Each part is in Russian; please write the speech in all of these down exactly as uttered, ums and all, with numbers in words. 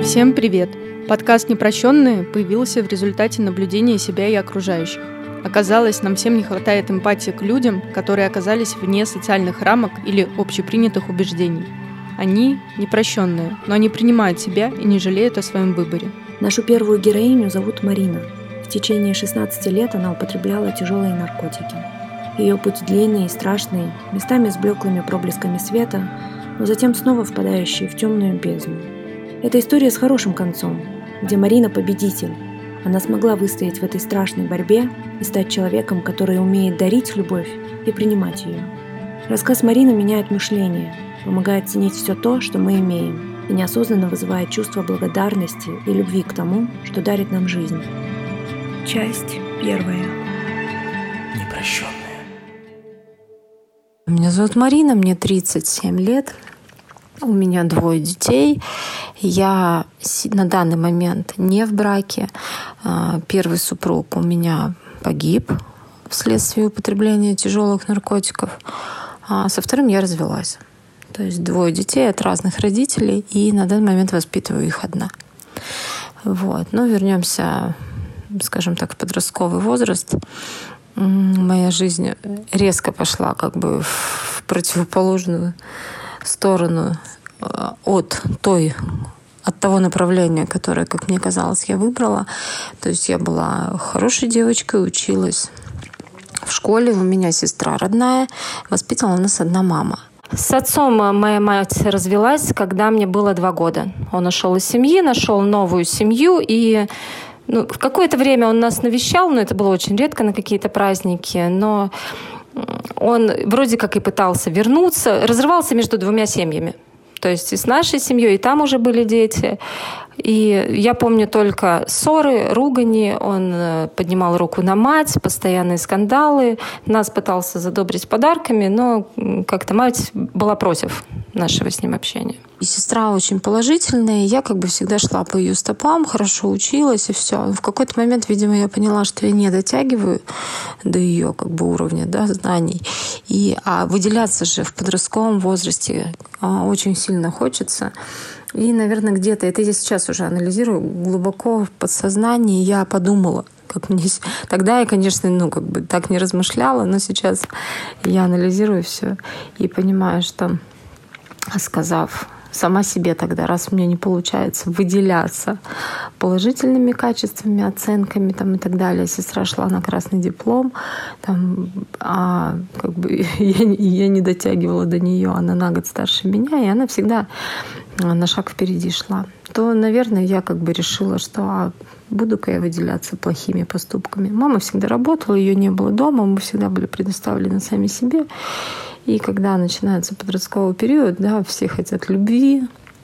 Всем привет! Подкаст «Непрощенные» появился в результате наблюдения себя и окружающих. Оказалось, нам всем не хватает эмпатии к людям, которые оказались вне социальных рамок или общепринятых убеждений. Они непрощенные, но они принимают себя и не жалеют о своем выборе. Нашу первую героиню зовут Марина. В течение шестнадцати лет она употребляла тяжелые наркотики. Ее путь длинный и страшный, местами с блеклыми проблесками света, но затем снова впадающий в темную бездну. Это история с хорошим концом, где Марина победитель. Она смогла выстоять в этой страшной борьбе и стать человеком, который умеет дарить любовь и принимать ее. Рассказ Марины меняет мышление, помогает ценить все то, что мы имеем, и неосознанно вызывает чувство благодарности и любви к тому, что дарит нам жизнь. Часть первая. Непрощенные. Меня зовут Марина, мне тридцать семь лет. У меня двое детей. Я на данный момент не в браке. Первый супруг у меня погиб вследствие употребления тяжелых наркотиков. А со вторым я развелась. То есть двое детей от разных родителей, и на данный момент воспитываю их одна. Вот. Но вернемся, скажем так, в подростковый возраст. Моя жизнь резко пошла как бы в противоположную сторону от той, от того направления, которое, как мне казалось, я выбрала. То есть я была хорошей девочкой, училась в школе, у меня сестра родная, воспитывала нас одна мама. С отцом моя мать развелась, когда мне было два года. Он ушел из семьи, нашел новую семью, и ну, в какое-то время он нас навещал, но это было очень редко на какие-то праздники, но он вроде как и пытался вернуться, разрывался между двумя семьями. То есть и с нашей семьей, и там уже были дети. И я помню только ссоры, ругани. Он поднимал руку на мать, постоянные скандалы. Нас пытался задобрить подарками, но как-то мать была против нашего с ним общения. И сестра очень положительная, и я как бы всегда шла по ее стопам, хорошо училась, и все. В какой-то момент, видимо, я поняла, что я не дотягиваю до ее как бы уровня, да, знаний. И, а выделяться же в подростковом возрасте а, очень сильно хочется. И, наверное, где-то, это я сейчас уже анализирую, глубоко в подсознании я подумала, как мне... Тогда я, конечно, ну, как бы так не размышляла, но сейчас я анализирую все и понимаю, что, сказав сама себе тогда, раз мне не получается выделяться положительными качествами, оценками там, и так далее. Сестра шла на красный диплом, там, а как бы я, я не дотягивала до нее, она на год старше меня, и она всегда на шаг впереди шла. То, наверное, я как бы решила, что а, буду-ка я выделяться плохими поступками. Мама всегда работала, ее не было дома, мы всегда были предоставлены сами себе. И когда начинается подростковый период, да, все хотят любви,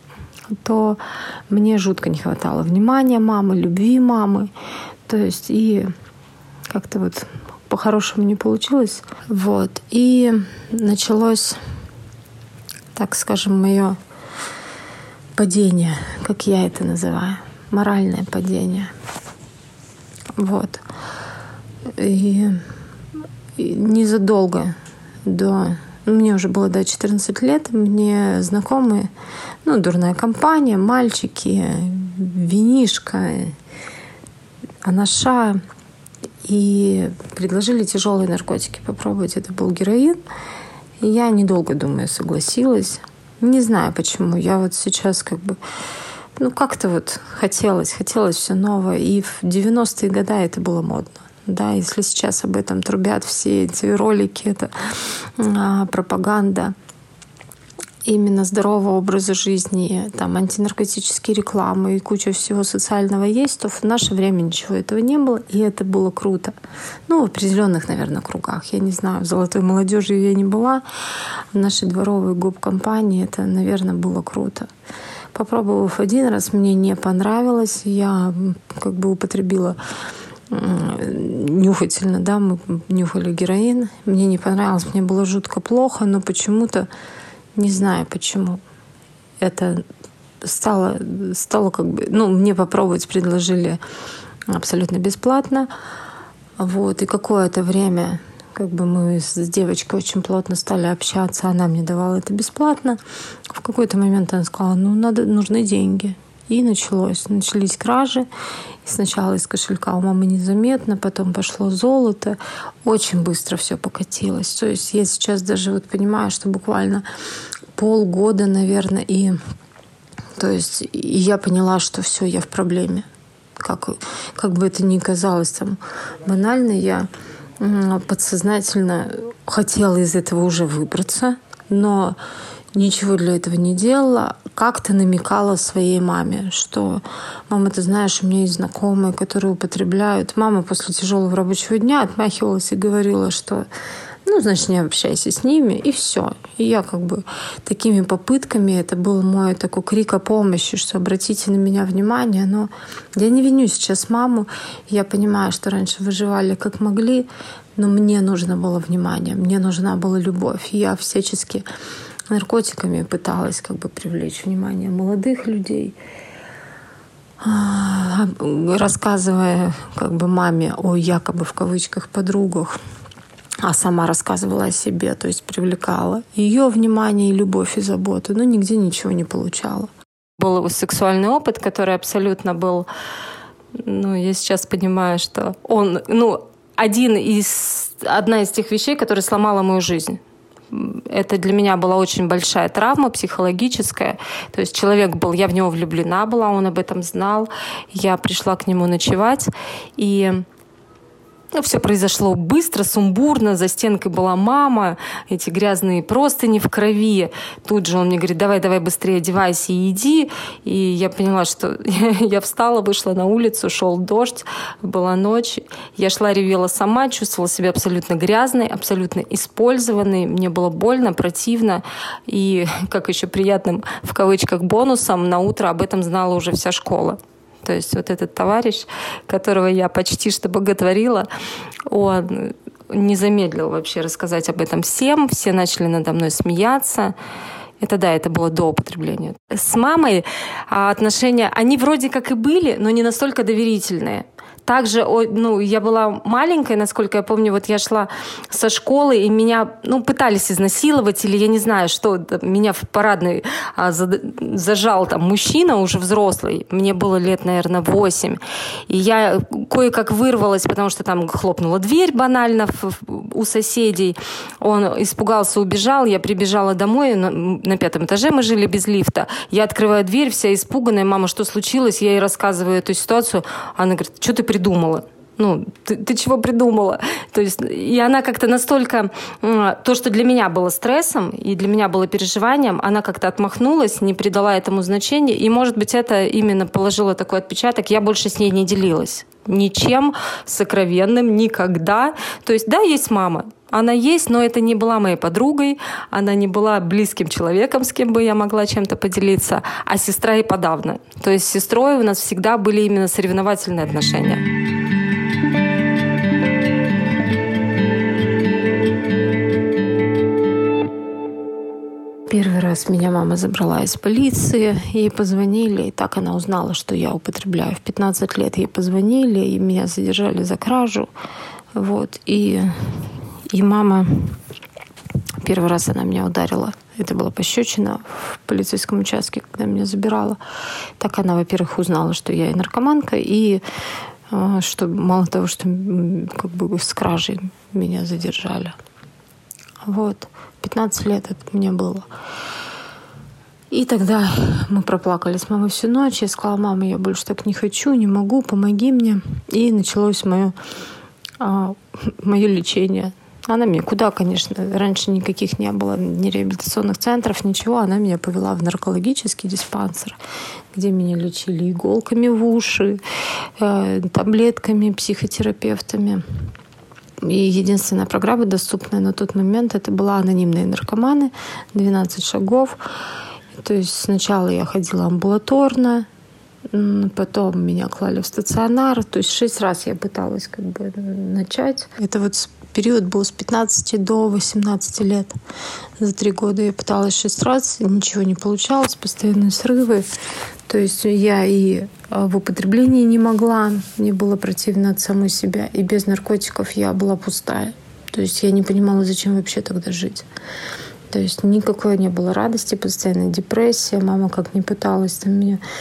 то мне жутко не хватало внимания мамы, любви мамы. То есть и как-то вот по-хорошему не получилось. Вот. И началось, так скажем, мое падение, как я это называю, моральное падение. Вот. И, и незадолго до... Мне уже было, да, четырнадцать лет, мне знакомые, ну, дурная компания, мальчики, винишко, анаша, и предложили тяжелые наркотики попробовать. Это был героин. И я, недолго думая, согласилась. Не знаю почему. Я вот сейчас как бы... Ну, как-то вот хотелось, хотелось все новое. И в девяностые годы это было модно. Да, если сейчас об этом трубят все эти ролики, это а, пропаганда именно здорового образа жизни, там антинаркотические рекламы и куча всего социального есть, то в наше время ничего этого не было, и это было круто. Ну, в определенных, наверное, кругах. Я не знаю, в золотой молодежи я не была. В нашей дворовой гоп-компании это, наверное, было круто. Попробовав один раз, мне не понравилось. Я как бы употребила нюхательно, да, мы нюхали героин. Мне не понравилось, мне было жутко плохо, но почему-то, не знаю почему, это стало, стало как бы, ну, мне попробовать предложили абсолютно бесплатно. Вот, и какое-то время как бы мы с девочкой очень плотно стали общаться, она мне давала это бесплатно. В какой-то момент она сказала, ну, надо, нужны деньги. И началось. Начались кражи. И сначала из кошелька у мамы незаметно, потом пошло золото. Очень быстро все покатилось. То есть я сейчас даже вот понимаю, что буквально полгода, наверное, и, то есть, и я поняла, что все, я в проблеме. Как, как бы это ни казалось там банально, я подсознательно хотела из этого уже выбраться, но ничего для этого не делала. Как-то намекала своей маме, что «Мама, ты знаешь, у меня есть знакомые, которые употребляют». Мама после тяжелого рабочего дня отмахивалась и говорила, что ну, значит, не общайся с ними, и все. И я как бы такими попытками, это был мой такой крик о помощи, что обратите на меня внимание. Но я не виню сейчас маму. Я понимаю, что раньше выживали как могли, но мне нужно было внимание, мне нужна была любовь. И я всячески наркотиками пыталась как бы привлечь внимание молодых людей, рассказывая как бы маме о якобы в кавычках подругах, а сама рассказывала о себе, то есть привлекала ее внимание и любовь и заботу, но нигде ничего не получала. Был сексуальный опыт, который абсолютно был, ну, я сейчас понимаю, что он, ну, один из, одна из тех вещей, которая сломала мою жизнь. Это для меня была очень большая травма психологическая. То есть человек был, я в него влюблена была, он об этом знал. Я пришла к нему ночевать, и ну, все произошло быстро, сумбурно. За стенкой была мама, эти грязные простыни в крови. Тут же он мне говорит, давай, давай быстрее одевайся и иди. И я поняла, что я встала, вышла на улицу, шел дождь, была ночь. Я шла, ревела сама, чувствовала себя абсолютно грязной, абсолютно использованной. Мне было больно, противно. И, как еще приятным, в кавычках, бонусом, на утро об этом знала уже вся школа. То есть вот этот товарищ, которого я почти что боготворила, он не замедлил вообще рассказать об этом всем. Все начали надо мной смеяться. Это да, это было до употребления. С мамой отношения, они вроде как и были, но не настолько доверительные. Также, ну, я была маленькая, насколько я помню, вот я шла со школы, и меня, ну, пытались изнасиловать, или я не знаю, что, меня в парадной а, зажал там мужчина, уже взрослый, мне было лет, наверное, восемь, и я кое-как вырвалась, потому что там хлопнула дверь банально в, в, у соседей, он испугался, убежал, я прибежала домой, на, на пятом этаже мы жили без лифта, я открываю дверь, вся испуганная, мама, что случилось, я ей рассказываю эту ситуацию, она говорит, что ты придумала? Ну, ты, ты чего придумала? То есть, и она как-то настолько... То, что для меня было стрессом и для меня было переживанием, она как-то отмахнулась, не придала этому значения. И, может быть, это именно положило такой отпечаток. Я больше с ней не делилась. Ничем сокровенным, никогда. То есть, да, есть мама. Она есть, но это не была моей подругой, она не была близким человеком, с кем бы я могла чем-то поделиться, а сестра и подавно. То есть с сестрой у нас всегда были именно соревновательные отношения. Первый раз меня мама забрала из полиции, ей позвонили, и так она узнала, что я употребляю. В пятнадцать лет ей позвонили, и меня задержали за кражу. Вот, и... И мама, первый раз она меня ударила. Это была пощечина в полицейском участке, когда меня забирала. Так она, во-первых, узнала, что я и наркоманка, и что мало того, что как бы с кражей меня задержали. Вот. пятнадцать лет это мне было. И тогда мы проплакали с мамой всю ночь. Я сказала, мама, я больше так не хочу, не могу, помоги мне. И началось мое, мое лечение. Она меня куда, конечно, раньше никаких не было, ни реабилитационных центров, ничего. Она меня повела в наркологический диспансер, где меня лечили иголками в уши, э, таблетками, психотерапевтами. И единственная программа, доступная на тот момент, это была «Анонимные наркоманы», двенадцать шагов. То есть сначала я ходила амбулаторно, потом меня клали в стационар. То есть шесть раз я пыталась как бы начать. Это вот период был с пятнадцати до восемнадцати лет. За три года я пыталась шесть раз, ничего не получалось, постоянные срывы. То есть я и в употреблении не могла, мне было противно от самой себя. И без наркотиков я была пустая. То есть я не понимала, зачем вообще тогда жить. То есть никакой не было радости, постоянная депрессия. Мама как ни пыталась там меня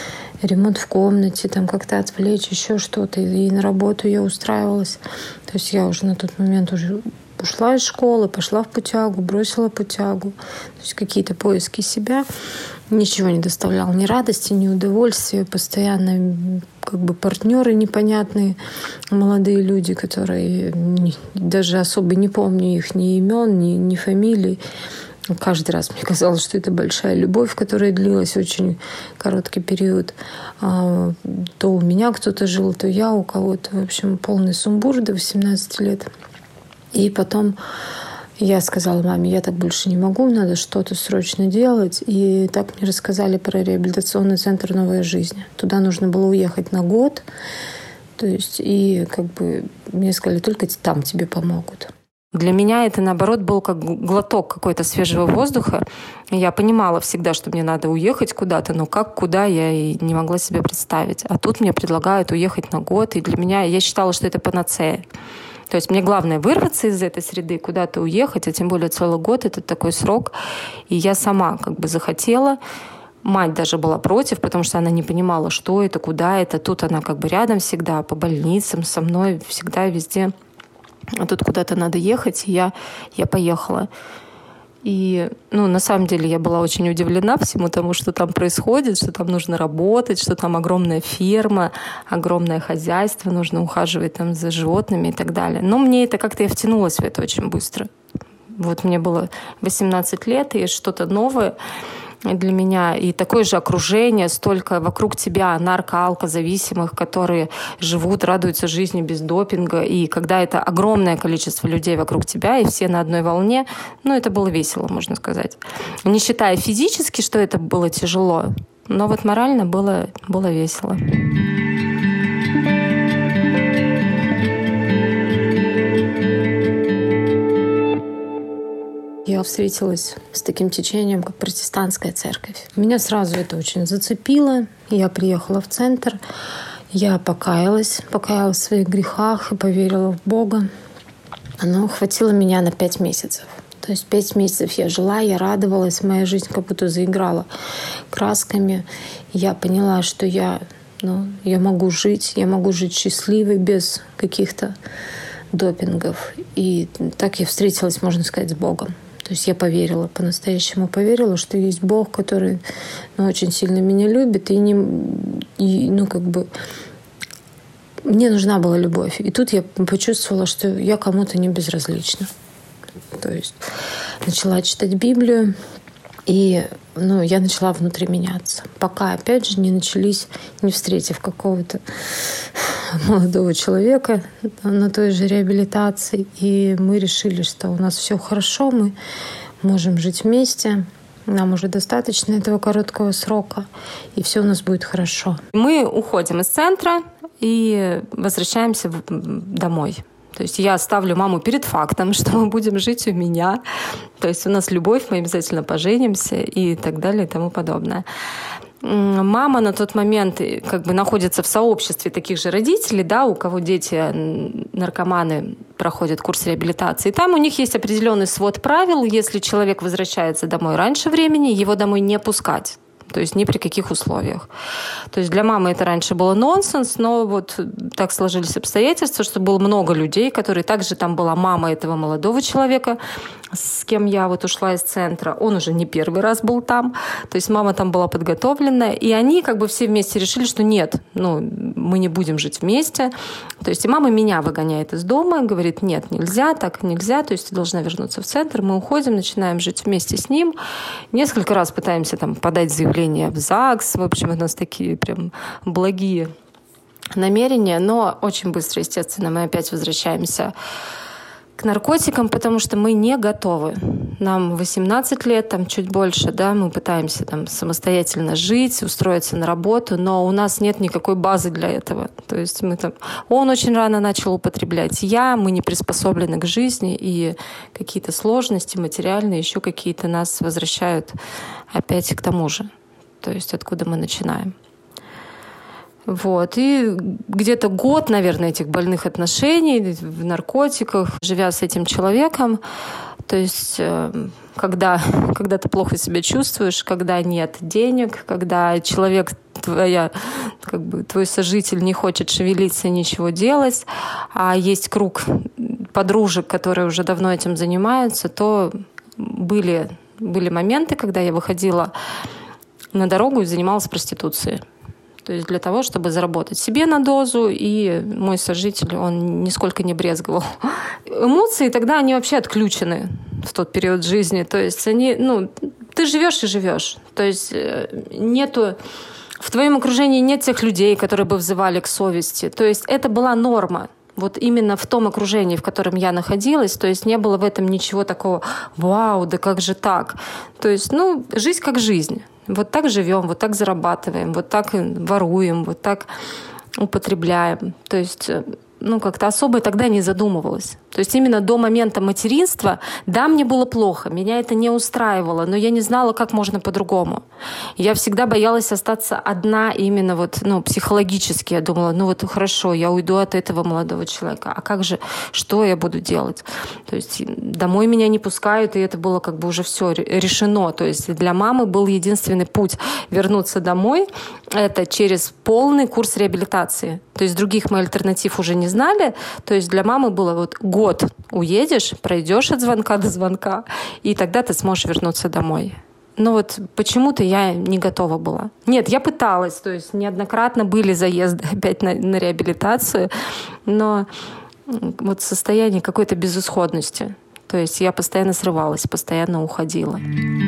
ремонт в комнате, там как-то отвлечь, еще что-то. И на работу я устраивалась. То есть я уже на тот момент уже ушла из школы, пошла в путягу, бросила путягу. То есть какие-то поиски себя. Ничего не доставлял ни радости, ни удовольствия. Постоянно как бы партнеры непонятные, молодые люди, которые не, даже особо не помню их ни имен, ни, ни фамилий. Каждый раз мне казалось, что это большая любовь, которая длилась очень короткий период. То у меня кто-то жил, то я у кого-то. В общем, полный сумбур до восемнадцати лет. И потом я сказала маме, я так больше не могу, надо что-то срочно делать. И так мне рассказали про реабилитационный центр «Новая жизнь». Туда нужно было уехать на год. То есть, и как бы мне сказали, только там тебе помогут. Для меня это, наоборот, был как глоток какой-то свежего воздуха. Я понимала всегда, что мне надо уехать куда-то, но как, куда, я и не могла себе представить. А тут мне предлагают уехать на год, и для меня, я считала, что это панацея. То есть мне главное вырваться из этой среды, куда-то уехать, а тем более целый год — это такой срок. И я сама как бы захотела. Мать даже была против, потому что она не понимала, что это, куда это. Тут она как бы рядом всегда, по больницам, со мной всегда, везде. А тут куда-то надо ехать, и я, я поехала. И, ну, на самом деле я была очень удивлена всему тому, что там происходит, что там нужно работать, что там огромная ферма, огромное хозяйство, нужно ухаживать там за животными и так далее. Но мне это как-то, я втянулась в это очень быстро. Вот мне было восемнадцать лет, и что-то новое для меня, и такое же окружение, столько вокруг тебя нарко-алкозависимых, которые живут, радуются жизни без допинга, и когда это огромное количество людей вокруг тебя, и все на одной волне, ну, это было весело, можно сказать. Не считая физически, что это было тяжело, но вот морально было, было весело. Я встретилась с таким течением, как протестантская церковь. Меня сразу это очень зацепило. Я приехала в центр, я покаялась, покаялась в своих грехах и поверила в Бога. Оно хватило меня на пять месяцев. То есть пять месяцев я жила, я радовалась, моя жизнь как будто заиграла красками. Я поняла, что я, ну, я могу жить, я могу жить счастливой без каких-то допингов. И так я встретилась, можно сказать, с Богом. То есть я поверила, по-настоящему поверила, что есть Бог, который, ну, очень сильно меня любит. И, не, и ну, как бы мне нужна была любовь. И тут я почувствовала, что я кому-то не безразлична. То есть начала читать Библию, и, ну, я начала внутри меняться. Пока, опять же, не начались, не встретив какого-то молодого человека на той же реабилитации. И мы решили, что у нас все хорошо, мы можем жить вместе, нам уже достаточно этого короткого срока, и все у нас будет хорошо. Мы уходим из центра и возвращаемся домой. То есть я ставлю маму перед фактом, что мы будем жить у меня. То есть у нас любовь, мы обязательно поженимся и так далее и тому подобное. Мама на тот момент как бы находится в сообществе таких же родителей, да, у кого дети наркоманы проходят курс реабилитации. Там у них есть определенный свод правил. Если человек возвращается домой раньше времени, его домой не пускать. То есть ни при каких условиях. То есть для мамы это раньше было нонсенс, но вот так сложились обстоятельства, что было много людей, которые... Также там была мама этого молодого человека, с кем я вот ушла из центра. Он уже не первый раз был там. То есть мама там была подготовлена. И они как бы все вместе решили, что нет, ну, мы не будем жить вместе. То есть и мама меня выгоняет из дома, говорит, нет, нельзя, так нельзя. То есть ты должна вернуться в центр. Мы уходим, начинаем жить вместе с ним. Несколько раз пытаемся там подать заявление в ЗАГС. В общем, у нас такие прям благие намерения. Но очень быстро, естественно, мы опять возвращаемся к наркотикам, потому что мы не готовы. Нам восемнадцать лет, там чуть больше, да, мы пытаемся там самостоятельно жить, устроиться на работу, но у нас нет никакой базы для этого. То есть мы там... Он очень рано начал употреблять. Я, мы не приспособлены к жизни, и какие-то сложности материальные, еще какие-то нас возвращают опять к тому же. То есть откуда мы начинаем. Вот. И где-то год, наверное, этих больных отношений в наркотиках, живя с этим человеком, то есть когда, когда ты плохо себя чувствуешь, когда нет денег, когда человек твоя, как бы, твой сожитель не хочет шевелиться и ничего делать, а есть круг подружек, которые уже давно этим занимаются, то были, были моменты, когда я выходила на дорогу и занималась проституцией. То есть для того, чтобы заработать себе на дозу, и мой сожитель, он нисколько не брезговал. Эмоции тогда, они вообще отключены в тот период жизни. То есть они, ну, ты живешь и живешь. То есть нету, в твоем окружении нет тех людей, которые бы взывали к совести. То есть это была норма. Вот именно в том окружении, в котором я находилась, то есть не было в этом ничего такого «Вау, да как же так?» То есть, ну, жизнь как жизнь. Вот так живем, вот так зарабатываем, вот так воруем, вот так употребляем. То есть, ну, как-то особо тогда не задумывалась. То есть именно до момента материнства, да, мне было плохо, меня это не устраивало, но я не знала, как можно по-другому. Я всегда боялась остаться одна именно вот, ну, психологически. Я думала, ну вот хорошо, я уйду от этого молодого человека, а как же, что я буду делать? То есть домой меня не пускают, и это было как бы уже все решено. То есть для мамы был единственный путь вернуться домой, это через полный курс реабилитации. То есть других мы альтернатив уже не знали. То есть для мамы было вот год Год уедешь, пройдешь от звонка до звонка, и тогда ты сможешь вернуться домой. Но вот почему-то я не готова была. Нет, я пыталась, то есть неоднократно были заезды опять на, на реабилитацию, но вот состояние какой-то безысходности. То есть я постоянно срывалась, постоянно уходила.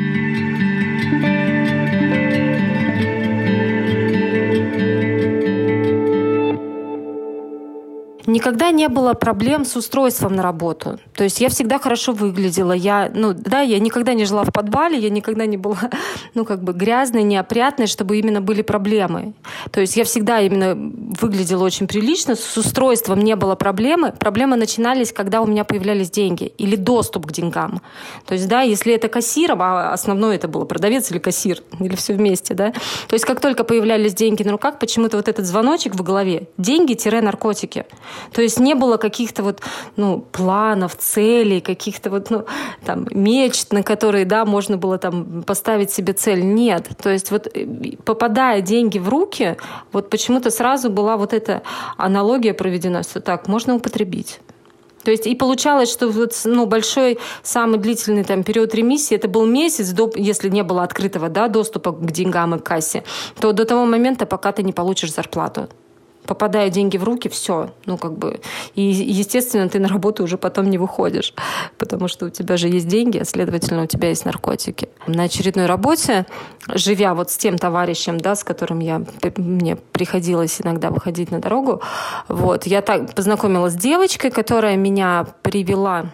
Никогда не было проблем с устройством на работу. То есть я всегда хорошо выглядела. Я, ну, да, я никогда не жила в подвале, я никогда не была, ну, как бы грязной, неопрятной, чтобы именно были проблемы. То есть я всегда именно выглядела очень прилично, с устройством не было проблемы. Проблемы начинались, когда у меня появлялись деньги или доступ к деньгам. То есть, да, если это кассиром, а основное это было продавец или кассир, или все вместе, да. То есть как только появлялись деньги на руках, почему-то вот этот звоночек в голове, деньги-наркотики. То есть не было каких-то вот, ну, планов, целей, каких-то вот, ну, там, мечт, на которые, да, можно было там поставить себе цель. Нет. То есть вот попадая деньги в руки, вот почему-то сразу была вот эта аналогия проведена, что так, можно употребить. То есть и получалось, что вот, ну, большой, самый длительный там, период ремиссии, это был месяц, до, если не было открытого, да, доступа к деньгам и к кассе, то до того момента, пока ты не получишь зарплату. Попадая деньги в руки, все, ну, как бы, и, естественно, ты на работу уже потом не выходишь, потому что у тебя же есть деньги, а, следовательно, у тебя есть наркотики. На очередной работе, живя вот с тем товарищем, да, с которым я, мне приходилось иногда выходить на дорогу, вот, я так познакомилась с девочкой, которая меня привела,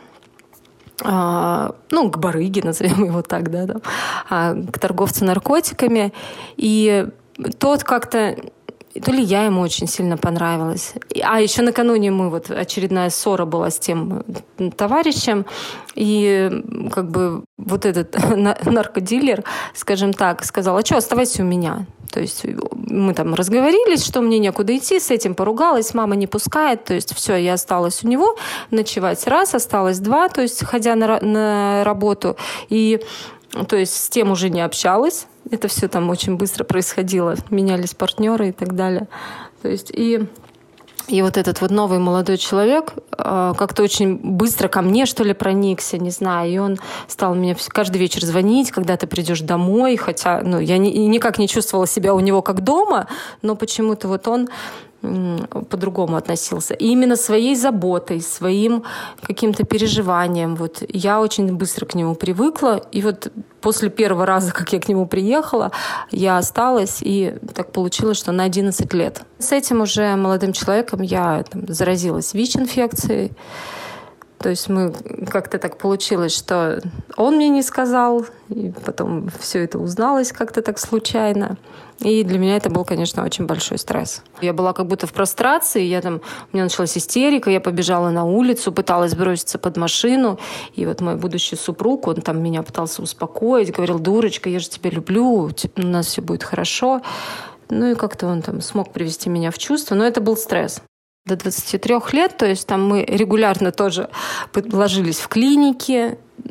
а, ну, к барыге, назовем его так, да, там, а, к торговцу наркотиками, и тот как-то... То ли я ему очень сильно понравилась. А еще накануне мы, вот очередная ссора была с тем товарищем, и как бы вот этот наркодилер, скажем так, сказал, а что, оставайся у меня. То есть мы там разговорились, что мне некуда идти, с этим поругалась, мама не пускает, то есть все, я осталась у него ночевать раз, осталось два, то есть ходя на, на работу, и то есть с тем уже не общалась. Это все там очень быстро происходило. Менялись партнеры и так далее. То есть и, и вот этот вот новый молодой человек э, как-то очень быстро ко мне, что ли, проникся, не знаю. И он стал мне каждый вечер звонить, когда ты придешь домой. Хотя ну, я ни, никак не чувствовала себя у него как дома, но почему-то вот он по-другому относился. И именно своей заботой, своим каким-то переживанием. Вот я очень быстро к нему привыкла. И вот после первого раза, как я к нему приехала, я осталась. И так получилось, что на одиннадцать лет. С этим уже молодым человеком я там, заразилась ВИЧ-инфекцией. То есть мы как-то так получилось, что он мне не сказал, и потом все это узналось как-то так случайно. И для меня это был, конечно, очень большой стресс. Я была как будто в прострации, я там, у меня началась истерика, я побежала на улицу, пыталась броситься под машину. И вот мой будущий супруг, он там меня пытался успокоить, говорил, дурочка, я же тебя люблю, у нас все будет хорошо. Ну и как-то он там смог привести меня в чувство, но это был стресс. До двадцати трёх лет, то есть там мы регулярно тоже ложились в клинике,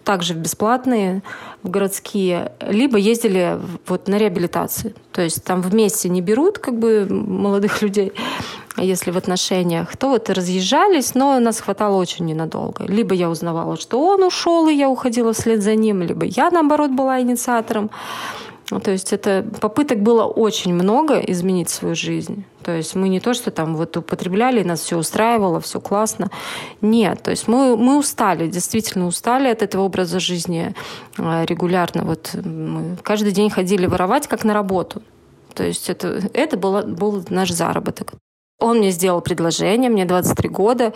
также в бесплатные, в городские, либо ездили вот на реабилитацию. То есть там вместе не берут как бы молодых людей, а если в отношениях, то вот разъезжались, но нас хватало очень ненадолго. Либо я узнавала, что он ушел, и я уходила вслед за ним, либо я, наоборот, была инициатором. То есть это попыток было очень много изменить свою жизнь. То есть мы не то, что там вот употребляли, нас все устраивало, все классно. Нет, то есть мы, мы устали, действительно устали от этого образа жизни регулярно. Вот мы каждый день ходили воровать, как на работу. То есть это, это было, был наш заработок. Он мне сделал предложение, мне двадцать три года,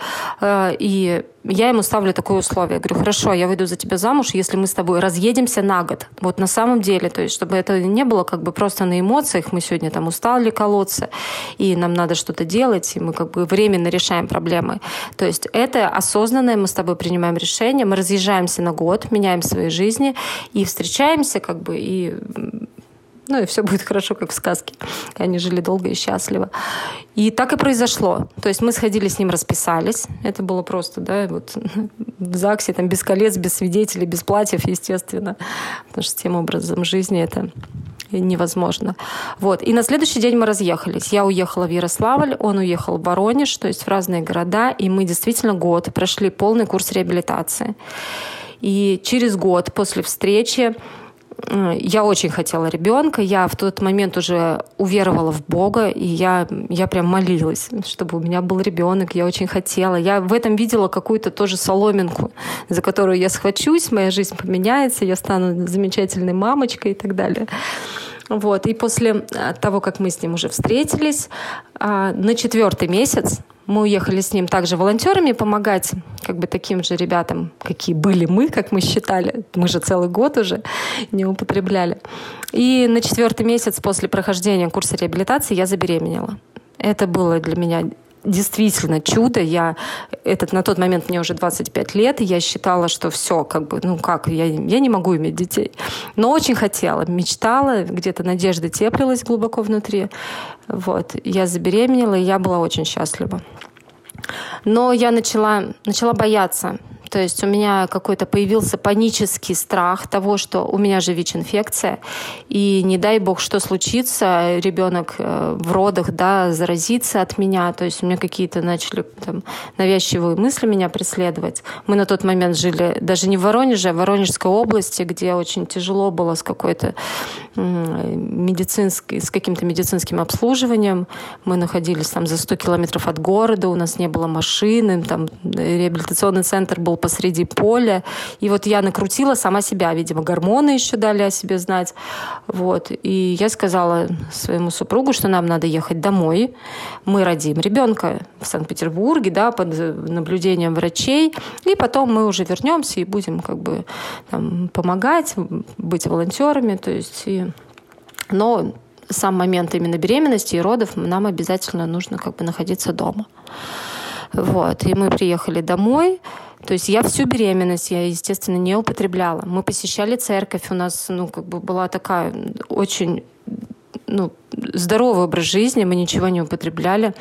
и я ему ставлю такое условие. Я говорю, хорошо, я выйду за тебя замуж, если мы с тобой разъедемся на год. Вот на самом деле, то есть чтобы это не было как бы просто на эмоциях, мы сегодня там устали колоться, и нам надо что-то делать, и мы как бы временно решаем проблемы. То есть это осознанное, мы с тобой принимаем решение, мы разъезжаемся на год, меняем свои жизни, и встречаемся как бы, и... Ну и все будет хорошо, как в сказке. Они жили долго и счастливо. И так и произошло. То есть мы сходили с ним, расписались. Это было просто, да, вот в ЗАГСе, там, без колец, без свидетелей, без платьев, естественно. Потому что с тем образом жизни это невозможно. Вот. И на следующий день мы разъехались. Я уехала в Ярославль, он уехал в Воронеж, то есть в разные города. И мы действительно год прошли полный курс реабилитации. И через год после встречи я очень хотела ребенка, я в тот момент уже уверовала в Бога, и я, я прям молилась, чтобы у меня был ребенок, я очень хотела. Я в этом видела какую-то тоже соломинку, за которую я схвачусь, моя жизнь поменяется, я стану замечательной мамочкой и так далее. Вот. И после того, как мы с ним уже встретились, на четвертый месяц мы уехали с ним также волонтерами помогать как бы таким же ребятам, какие были мы, как мы считали. Мы же целый год уже не употребляли. И на четвертый месяц после прохождения курса реабилитации я забеременела. Это было для меня действительно чудо. Я, этот, на тот момент мне уже двадцать пять лет, и я считала, что все, как бы, ну как, я, я не могу иметь детей. Но очень хотела, мечтала, где-то надежда теплилась глубоко внутри. Вот. Я забеременела, и я была очень счастлива. Но я начала, начала бояться. То есть у меня какой-то появился панический страх того, что у меня же ВИЧ-инфекция, и не дай бог, что случится, ребенок в родах, да, заразится от меня. То есть у меня какие-то начали там, навязчивые мысли меня преследовать. Мы на тот момент жили даже не в Воронеже, а в Воронежской области, где очень тяжело было с какой-то медицинской, с каким-то медицинским обслуживанием. Мы находились там за сто километров от города, у нас не было машины, там реабилитационный центр был посреди поля. И вот я накрутила сама себя. Видимо, гормоны еще дали о себе знать. Вот. И я сказала своему супругу, что нам надо ехать домой. Мы родим ребенка в Санкт-Петербурге, да, под наблюдением врачей. И потом мы уже вернемся и будем как бы там, помогать, быть волонтерами. То есть, и... Но сам момент именно беременности и родов нам обязательно нужно как бы находиться дома. Вот. И мы приехали домой. То есть я всю беременность, я, естественно, не употребляла. Мы посещали церковь, у нас ну, как бы была такая очень ну, здоровый образ жизни, мы ничего не употребляли.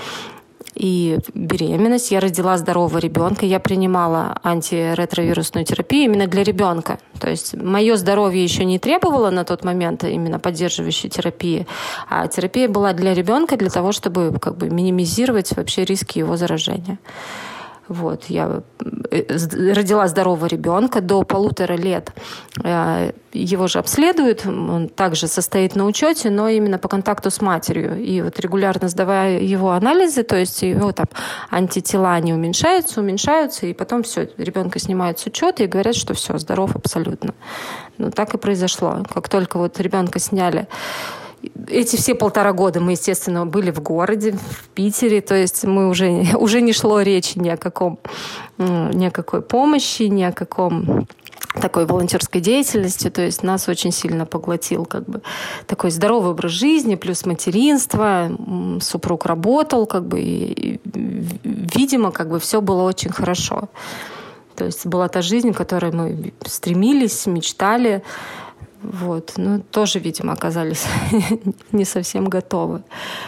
И беременность, я родила здорового ребенка, я принимала антиретровирусную терапию именно для ребенка. То есть мое здоровье еще не требовало на тот момент именно поддерживающей терапии, а терапия была для ребенка для того, чтобы как бы минимизировать вообще риски его заражения. Вот, я родила здорового ребенка до полутора лет. Его же обследуют, он также состоит на учете, но именно по контакту с матерью. И вот регулярно сдавая его анализы, то есть его там антитела не уменьшаются, уменьшаются, и потом все, ребенка снимают с учета и говорят, что все, здоров абсолютно. Ну, так и произошло. Как только вот ребенка сняли, эти все полтора года мы, естественно, были в городе, в Питере, то есть мы уже, уже не шло речи ни о каком, ни о какой помощи, ни о каком такой волонтерской деятельности, то есть нас очень сильно поглотил как бы такой здоровый образ жизни, плюс материнство, супруг работал, как бы, и, видимо, как бы все было очень хорошо. То есть была та жизнь, к которой мы стремились, мечтали. Вот. Ну, тоже, видимо, оказались не совсем готовы.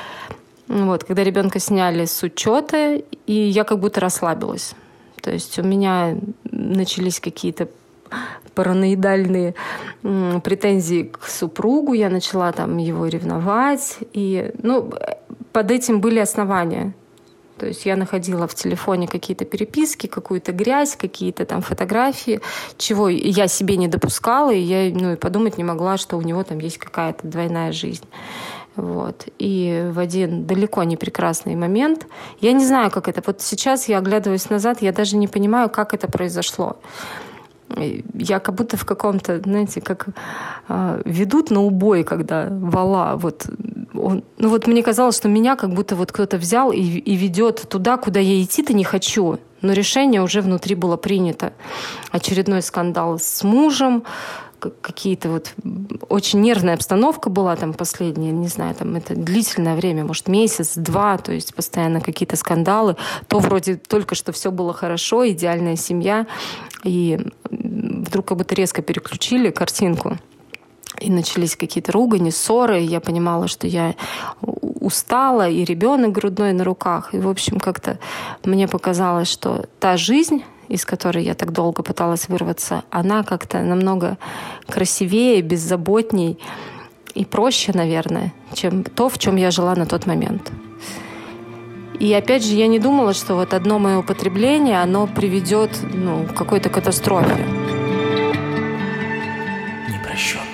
Вот. Когда ребенка сняли с учета, и я как будто расслабилась. То есть у меня начались какие-то параноидальные претензии к супругу, я начала там его ревновать. И, ну, под этим были основания. То есть я находила в телефоне какие-то переписки, какую-то грязь, какие-то там фотографии, чего я себе не допускала, и я, ну, и подумать не могла, что у него там есть какая-то двойная жизнь. Вот. И в один далеко не прекрасный момент, я не знаю, как это, вот сейчас я оглядываюсь назад, я даже не понимаю, как это произошло. Я как будто в каком-то, знаете, как э, ведут на убой, когда вала, вот, он, ну вот мне казалось, что меня как будто вот кто-то взял и, и ведет туда, куда я идти-то не хочу, но решение уже внутри было принято. Очередной скандал с мужем, какие-то вот очень нервная обстановка была там последняя, не знаю, там это длительное время, может месяц, два, то есть постоянно какие-то скандалы, то вроде только что все было хорошо, идеальная семья, и вдруг как будто резко переключили картинку. И начались какие-то ругани, ссоры. Я понимала, что я устала, и ребенок грудной на руках. И, в общем, как-то мне показалось, что та жизнь, из которой я так долго пыталась вырваться, она как-то намного красивее, беззаботней и проще, наверное, чем то, в чем я жила на тот момент. И опять же, я не думала, что вот одно мое употребление, оно приведет, ну, к какой-то катастрофе. Не прощен.